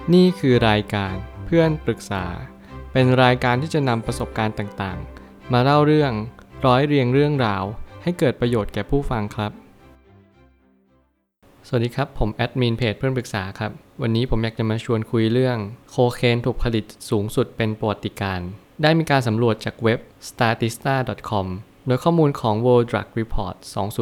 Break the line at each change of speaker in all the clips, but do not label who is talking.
นี่คือรายการเพื่อนปรึกษาเป็นรายการที่จะนำประสบการณ์ต่างๆมาเล่าเรื่องร้อยเรียงเรื่องราวให้เกิดประโยชน์แก่ผู้ฟังครับสวัสดีครับผมแอดมินเพจเพื่อนปรึกษาครับวันนี้ผมอยากจะมาชวนคุยเรื่องโคเคนถูกผลิตสูงสุดเป็นประวัติการณ์ได้มีการสำรวจจากเว็บ statista.com โดยข้อมูลของ World Drug Report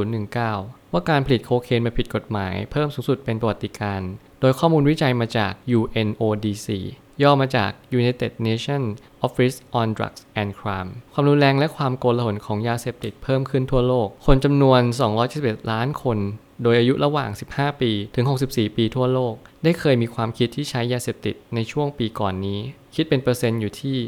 2019 ว่าการผลิตโคเคนมาผิดกฎหมายเพิ่มสูงสุดเป็นประวัติการณ์โดยข้อมูลวิจัยมาจาก UNODC ย่อมาจาก United Nations Office on Drugs and Crime ความรุนแรงและความโกลาหลของยาเสพติดเพิ่มขึ้นทั่วโลกคนจำนวน271ล้านคนโดยอายุระหว่าง15ปีถึง64ปีทั่วโลกได้เคยมีความคิดที่ใช้ยาเสพติดในช่วงปีก่อนนี้คิดเป็นเปอร์เซ็นต์อยู่ที่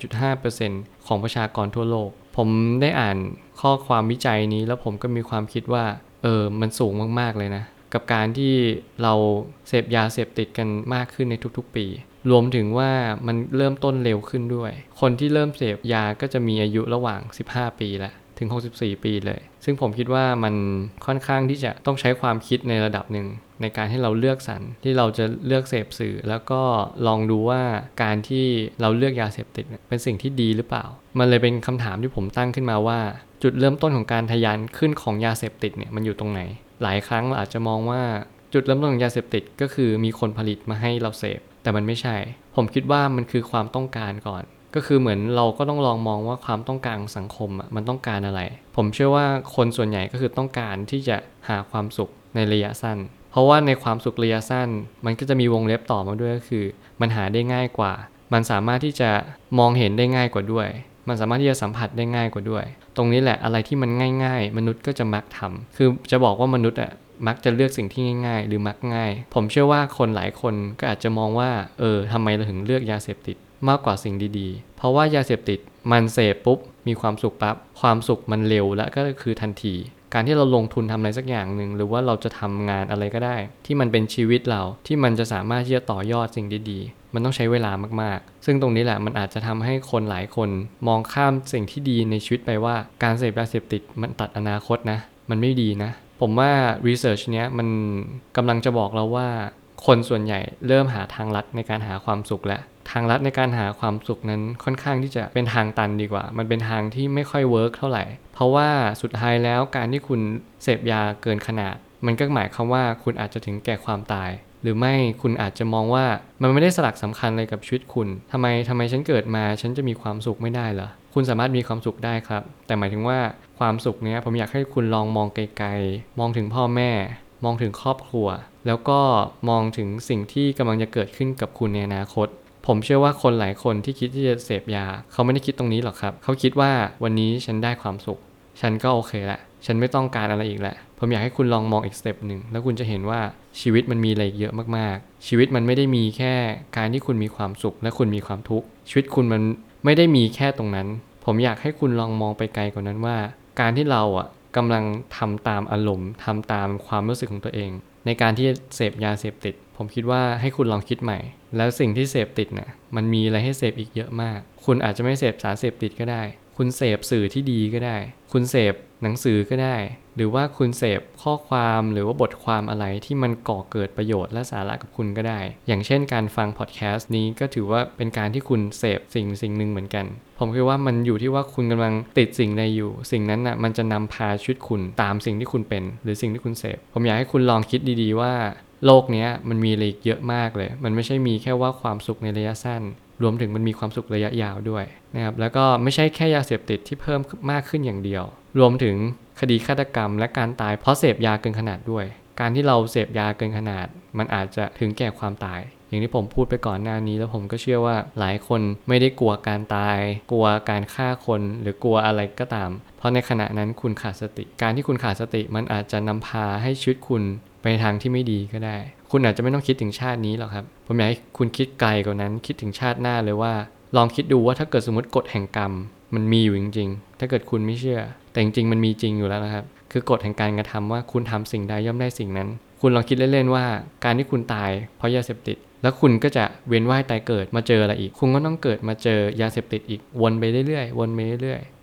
5.5% ของประชากรทั่วโลกผมได้อ่านข้อความวิจัยนี้แล้วผมก็มีความคิดว่ามันสูงมากๆเลยนะกับการที่เราเสพยาเสพติดกันมากขึ้นในทุกๆปีรวมถึงว่ามันเริ่มต้นเร็วขึ้นด้วยคนที่เริ่มเสพยาก็จะมีอายุระหว่าง15ปีแล้วถึง64ปีเลยซึ่งผมคิดว่ามันค่อนข้างที่จะต้องใช้ความคิดในระดับหนึ่งในการให้เราเลือกสรรที่เราจะเลือกเสพสื่อแล้วก็ลองดูว่าการที่เราเลือกยาเสพติดเป็นสิ่งที่ดีหรือเปล่ามันเลยเป็นคำถามที่ผมตั้งขึ้นมาว่าจุดเริ่มต้นของการทะยานขึ้นของยาเสพติดเนี่ยมันอยู่ตรงไหนหลายครั้งเราอาจจะมองว่าจุดเริ่มต้นของยาเสพติดก็คือมีคนผลิตมาให้เราเสพแต่มันไม่ใช่ผมคิดว่ามันคือความต้องการก่อนก็คือเหมือนเราก็ต้องลองมองว่าความต้องการของสังคมมันต้องการอะไรผมเชื่อว่าคนส่วนใหญ่ก็คือต้องการที่จะหาความสุขในระยะสั้นเพราะว่าในความสุขระยะสั้นมันก็จะมีวงเล็บต่อมาด้วยก็คือมันหาได้ง่ายกว่ามันสามารถที่จะมองเห็นได้ง่ายกว่าด้วยมันสามารถที่จะสัมผัสได้ง่ายกว่าด้วยตรงนี้แหละอะไรที่มันง่ายๆมนุษย์ก็จะมักทำคือจะบอกว่ามนุษย์มักจะเลือกสิ่งที่ง่ายๆหรือมักง่ายผมเชื่อว่าคนหลายคนก็อาจจะมองว่าทำไมเราถึงเลือกยาเสพติดมากกว่าสิ่งดีๆเพราะว่ายาเสพติดมันเสพปุ๊บมีความสุขปั๊บความสุขมันเร็วและก็คือทันทีการที่เราลงทุนทำอะไรสักอย่างหนึ่งหรือว่าเราจะทำงานอะไรก็ได้ที่มันเป็นชีวิตเราที่มันจะสามารถที่จะต่อยอดสิ่งดีๆมันต้องใช้เวลามากๆซึ่งตรงนี้แหละมันอาจจะทำให้คนหลายคนมองข้ามสิ่งที่ดีในชีวิตไปว่าการเสพยาเสพติดมันตัดอนาคตนะมันไม่ดีนะผมว่า research เนี้ยมันกำลังจะบอกเราว่าคนส่วนใหญ่เริ่มหาทางลัดในการหาความสุขแล้วทางลัดในการหาความสุขนั้นค่อนข้างที่จะเป็นทางตันดีกว่ามันเป็นทางที่ไม่ค่อยเวิร์กเท่าไหร่เพราะว่าสุดท้ายแล้วการที่คุณเสพยาเกินขนาดมันก็หมายความว่าคุณอาจจะถึงแก่ความตายหรือไม่คุณอาจจะมองว่ามันไม่ได้สลักสำคัญอะไรกับชีวิตคุณทำไมฉันเกิดมาฉันจะมีความสุขไม่ได้เหรอคุณสามารถมีความสุขได้ครับแต่หมายถึงว่าความสุขเนี้ยผมอยากให้คุณลองมองไกลๆมองถึงพ่อแม่มองถึงครอบครัวแล้วก็มองถึงสิ่งที่กำลังจะเกิดขึ้นกับคุณในอนาคตผมเชื่อว่าคนหลายคนที่คิดที่จะเสพยาเขาไม่ได้คิดตรงนี้หรอกครับเขาคิดว่าวันนี้ฉันได้ความสุขฉันก็โอเคละฉันไม่ต้องการอะไรอีกแล้วผมอยากให้คุณลองมองอีกสเต็ปหนึ่งแล้วคุณจะเห็นว่าชีวิตมันมีอะไรเยอะมากๆชีวิตมันไม่ได้มีแค่การที่คุณมีความสุขและคุณมีความทุกข์ชีวิตคุณมันไม่ได้มีแค่ตรงนั้นผมอยากให้คุณลองมองไปไกลกว่านั้นว่าการที่เรากำลังทำตามอารมณ์ทำตามความรู้สึกของตัวเองในการที่เสพยาเสพติดผมคิดว่าให้คุณลองคิดใหม่แล้วสิ่งที่เสพติดเนี่ยมันมีอะไรให้เสพอีกเยอะมากคุณอาจจะไม่เสพสารเสพติดก็ได้คุณเสพสื่อที่ดีก็ได้คุณเสพหนังสือก็ได้หรือว่าคุณเสพข้อความหรือว่าบทความอะไรที่มันก่อเกิดประโยชน์และสาระกับคุณก็ได้อย่างเช่นการฟังพอดแคสต์นี้ก็ถือว่าเป็นการที่คุณเสพสิ่งหนึ่งเหมือนกันผมคิดว่ามันอยู่ที่ว่าคุณกำลังติดสิ่งใดอยู่สิ่งนั้นมันจะนำพาชีวิตคุณตามสิ่งที่คุณเป็นหรือสิ่งที่คุณเสพผมอยากให้คุณลองคิดดีๆว่าโลกนี้มันมีอะไรเยอะมากเลยมันไม่ใช่มีแค่ว่าความสุขในระยะสั้นรวมถึงมันมีความสุขระยะยาวด้วยนะครับแล้วก็ไม่ใช่แค่ยาเสพติดที่เพิ่มมากขึ้นอย่างเดียวรวมถึงคดีฆาตกรรมและการตายเพราะเสพยาเกินขนาดด้วยการที่เราเสพยาเกินขนาดมันอาจจะถึงแก่ความตายอย่างที่ผมพูดไปก่อนหน้านี้แล้วผมก็เชื่อว่าหลายคนไม่ได้กลัวการตายกลัวการฆ่าคนหรือกลัวอะไรก็ตามเพราะในขณะนั้นคุณขาดสติการที่คุณขาดสติมันอาจจะนำพาให้ชีวิตคุณไปทางที่ไม่ดีก็ได้คุณอาจจะไม่ต้องคิดถึงชาตินี้หรอกครับผมอยากให้คุณคิดไกลกว่านั้นคิดถึงชาติหน้าเลยว่าลองคิดดูว่าถ้าเกิดสมมติกฎแห่งกรรมมันมีอยู่จริงๆถ้าเกิดคุณไม่เชื่อแต่จริงๆมันมีจริงอยู่แล้วนะครับคือกฎแห่งการกระทำว่าคุณทำสิ่งใดย่อมได้สิ่งนั้นคุณลองคิดเล่นๆว่าการที่คุณตายเพราะยาเสพติดแล้วคุณก็จะเวียนว่ายตายเกิดมาเจออะไรอีกคุณก็ต้องเกิดมาเจอยาเสพติดอีกวนไปเรื่อยๆวนไปเรื่อยๆ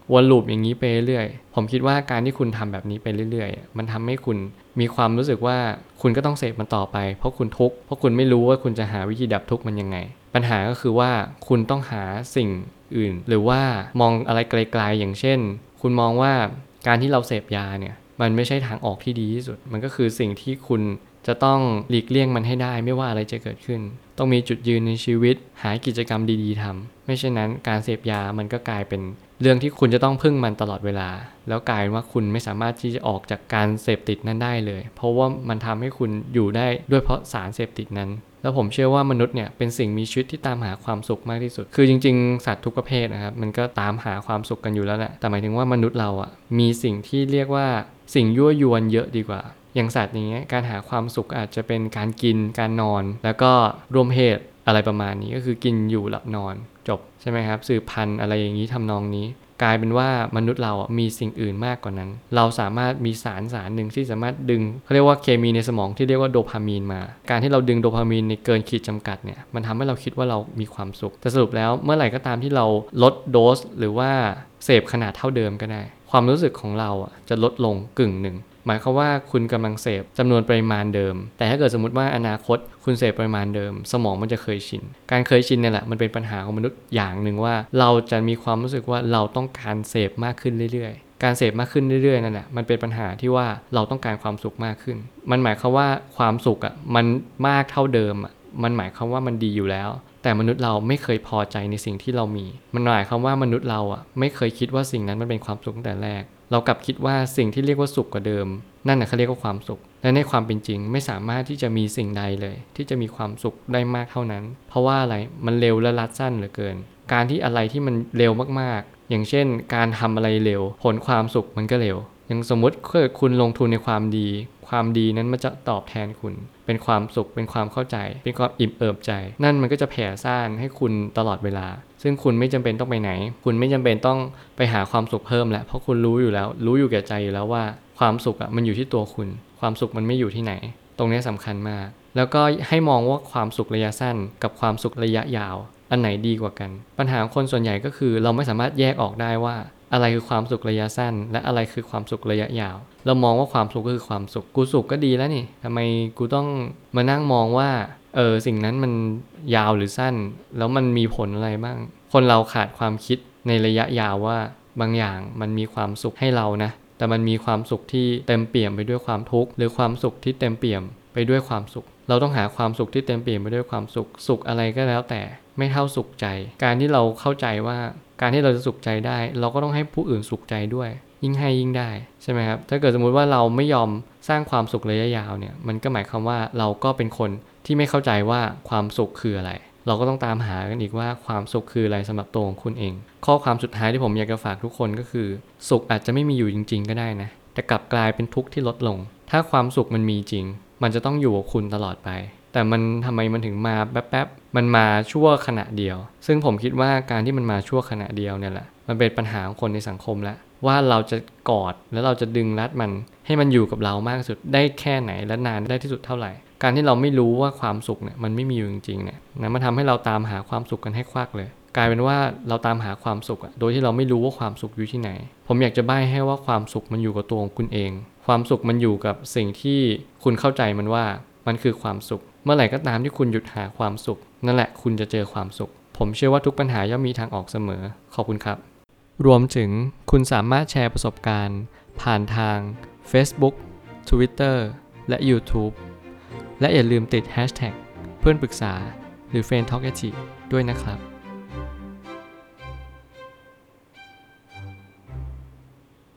วนลูปอย่างนี้ไปเรื่อยผมคิดว่าการที่คุณทำแบบนี้ไปเรื่อยๆมันทำให้คุณมีความรู้สึกว่าคุณก็ต้องเสพมันต่อไปเพราะคุณทุกข์เพราะคุณไม่รู้ว่าคุณจะหาวิธีดับทุกข์มันยังไงปัญหาก็คือว่าคุณต้องหาสิ่งอื่นหรือว่ามองอะไรไกลๆอย่างเช่นคุณมองว่าการที่เราเสพยาเนี่ยมันไม่ใช่ทางออกที่ดีที่สุดมันก็คือสิ่งที่คุณจะต้องหลีกเลี่ยงมันให้ได้ไม่ว่าอะไรจะเกิดขึ้นต้องมีจุดยืนในชีวิตหากิจกรรมดีๆทำไม่เช่นนั้นการเสพยามันก็กลายเป็นเรื่องที่คุณจะต้องพึ่งมันตลอดเวลาแล้วกลายว่าคุณไม่สามารถที่จะออกจากการเสพติดนั้นได้เลยเพราะว่ามันทำให้คุณอยู่ได้ด้วยเพราะสารเสพติดนั้นแล้วผมเชื่อว่ามนุษย์เนี่ยเป็นสิ่งมีชีวิตที่ตามหาความสุขมากที่สุดคือจริงๆสัตว์ทุกประเภทนะครับมันก็ตามหาความสุขกันอยู่แล้วแหละแต่หมายถึงว่ามนุษย์เรามีสิ่งที่เรียกว่าสิ่งยั่วยวนเยอะดีกว่าอย่างสัตว์อย่างเงี้ยการหาความสุขอาจจะเป็นการกินการนอนแล้วก็รวมเพศอะไรประมาณนี้ก็คือกินอยู่หลับนอนจบใช่ไหมครับสืบพันธุ์อะไรอย่างนี้ทำนองนี้กลายเป็นว่ามนุษย์เรามีสิ่งอื่นมากกว่านั้นเราสามารถมีสารหนึ่งที่สามารถดึงเขาเรียกว่าเคมีในสมองที่เรียกว่าโดพามีนมาการที่เราดึงโดพามีนในเกินขีดจำกัดเนี่ยมันทำให้เราคิดว่าเรามีความสุขแต่สรุปแล้วเมื่อไหร่ก็ตามที่เราลดโดสหรือว่าเสพขนาดเท่าเดิมก็ได้ความรู้สึกของเราจะลดลงกึ่งหนึ่งหมายความว่าคุณกำลังเสพจำนวนปริมาณเดิมแต่ถ้าเกิดสมมติว่าอนาคตคุณเสพปริมาณเดิมสมองมันจะเคยชินการเคยชินเนี่ยแหละมันเป็นปัญหาของมนุษย์อย่างหนึ่งว่าเราจะมีความรู้สึกว่าเราต้องการเสพมากขึ้นเรื่อยๆการเสพมากขึ้นเรื่อยๆนั่นแหละมันเป็นปัญหาที่ว่าเราต้องการความสุขมากขึ้นมันหมายความว่าความสุขมันมากเท่าเดิมมันหมายความว่ามันดีอยู่แล้วแต่มนุษย์เราไม่เคยพอใจในสิ่งที่เรามีมันหมายความว่ามนุษย์เราไม่เคยคิดว่าสิ่งนั้นมันเป็นความสุขตั้งแต่แรกเรากลับคิดว่าสิ่งที่เรียกว่าสุขกว่าเดิมนั่นเขาเรียกว่าความสุขและในความเป็นจริงไม่สามารถที่จะมีสิ่งใดเลยที่จะมีความสุขได้มากเท่านั้นเพราะว่าอะไรมันเร็วและรัดสั้นเหลือเกินการที่อะไรที่มันเร็วมากๆอย่างเช่นการทำอะไรเร็วผลความสุขมันก็เร็วอย่างสมมติเกิดคุณลงทุนในความดีนั้นมันจะตอบแทนคุณเป็นความสุขเป็นความเข้าใจเป็นความอิ่มเอิบใจนั่นมันก็จะแผ่ซ่านให้คุณตลอดเวลาซึ่งคุณไม่จำเป็นต้องไปไหนคุณไม่จำเป็นต้องไปหาความสุขเพิ่มแล้วเพราะคุณรู้อยู่แล้วรู้อยู่แก่ใจอยู่แล้วว่าความสุขมันอยู่ที่ตัวคุณความสุขมันไม่อยู่ที่ไหนตรงนี้สำคัญมากแล้วก็ให้มองว่าความสุขระยะสั้นกับความสุขระยะยาวอันไหนดีกว่ากันปัญหาของคนส่วนใหญ่ก็คือเราไม่สามารถแยกออกได้ว่าอะไรคือความสุขระยะสั้นและอะไรคือความสุขระยะยาวเรามองว่าความสุขก็คือความสุขกูสุขก็ดีแล้วนี่ทำไมกูต้องมานั่งมองว่าสิ่งนั้นมันยาวหรือสั้นแล้วมันมีผลอะไรบ้างคนเราขาดความคิดในระยะยาวว่าบางอย่างมันมีความสุขให้เรานะแต่มันมีความสุขที่เต็มเปี่ยมไปด้วยความทุกข์หรือความสุขที่เต็มเปี่ยมไปด้วยความสุขเราต้องหาความสุขที่เต็มเปี่ยมไปด้วยความสุขอะไรก็แล้วแต่ไม่เท่าสุขใจการที่เราเข้าใจว่าการที่เราจะสุขใจได้เราก็ต้องให้ผู้อื่นสุขใจด้วยยิ่งให้ยิ่งได้ใช่ไหมครับถ้าเกิดสมมุติว่าเราไม่ยอมสร้างความสุขระยะยาวเนี่ยมันก็หมายความว่าเราก็เป็นคนที่ไม่เข้าใจว่าความสุขคืออะไรเราก็ต้องตามหากันอีกว่าความสุขคืออะไรสำหรับตัวของคุณเองข้อความสุดท้ายที่ผมอยากจะฝากทุกคนก็คือสุขอาจจะไม่มีอยู่จริงๆก็ได้นะแต่กลับกลายเป็นทุกข์ที่ลดลงถ้าความสุขมันมีจริงมันจะต้องอยู่กับคุณตลอดไปแต่มันทำไมมันถึงมาแป๊บๆมันมาชั่วขณะเดียวซึ่งผมคิดว่าการที่มันมาชั่วขณะเดียวเนี่ยแหละมันเป็นปัญหาของคนในสังคมแล้วว่าเราจะกอดแล้วเราจะดึงรัดมันให้มันอยู่กับเรามากที่สุดได้แค่ไหนและนานได้ที่สุดเท่าไหร่การที่เราไม่รู้ว่าความสุขเนี่ยมันไม่มีอยู่จริงๆเนี่ยนะมันทำให้เราตามหาความสุขกันให้ควักเลยกลายเป็นว่าเราตามหาความสุขโดยที่เราไม่รู้ว่าความสุขอยู่ที่ไหนผมอยากจะใบ้ให้ว่าความสุขมันอยู่กับตัวของคุณเองความสุขมันอยู่กับสิ่งที่คุณเข้าใจมันว่ามันคือความสุขเมื่อไหร่ก็ตามที่คุณหยุดหาความสุขนั่นแหละคุณจะเจอความสุขผมเชื่อว่าทุกปัญหาย่อมมีทางออกเสมอขอบคุณครับรวมถึงคุณสามารถแชร์ประสบการณ์ผ่านทาง Facebook Twitter และ YouTube และอย่าลืมติด Hashtag เพื่อนปรึกษาหรือ Friend Talk ด้วยนะครับ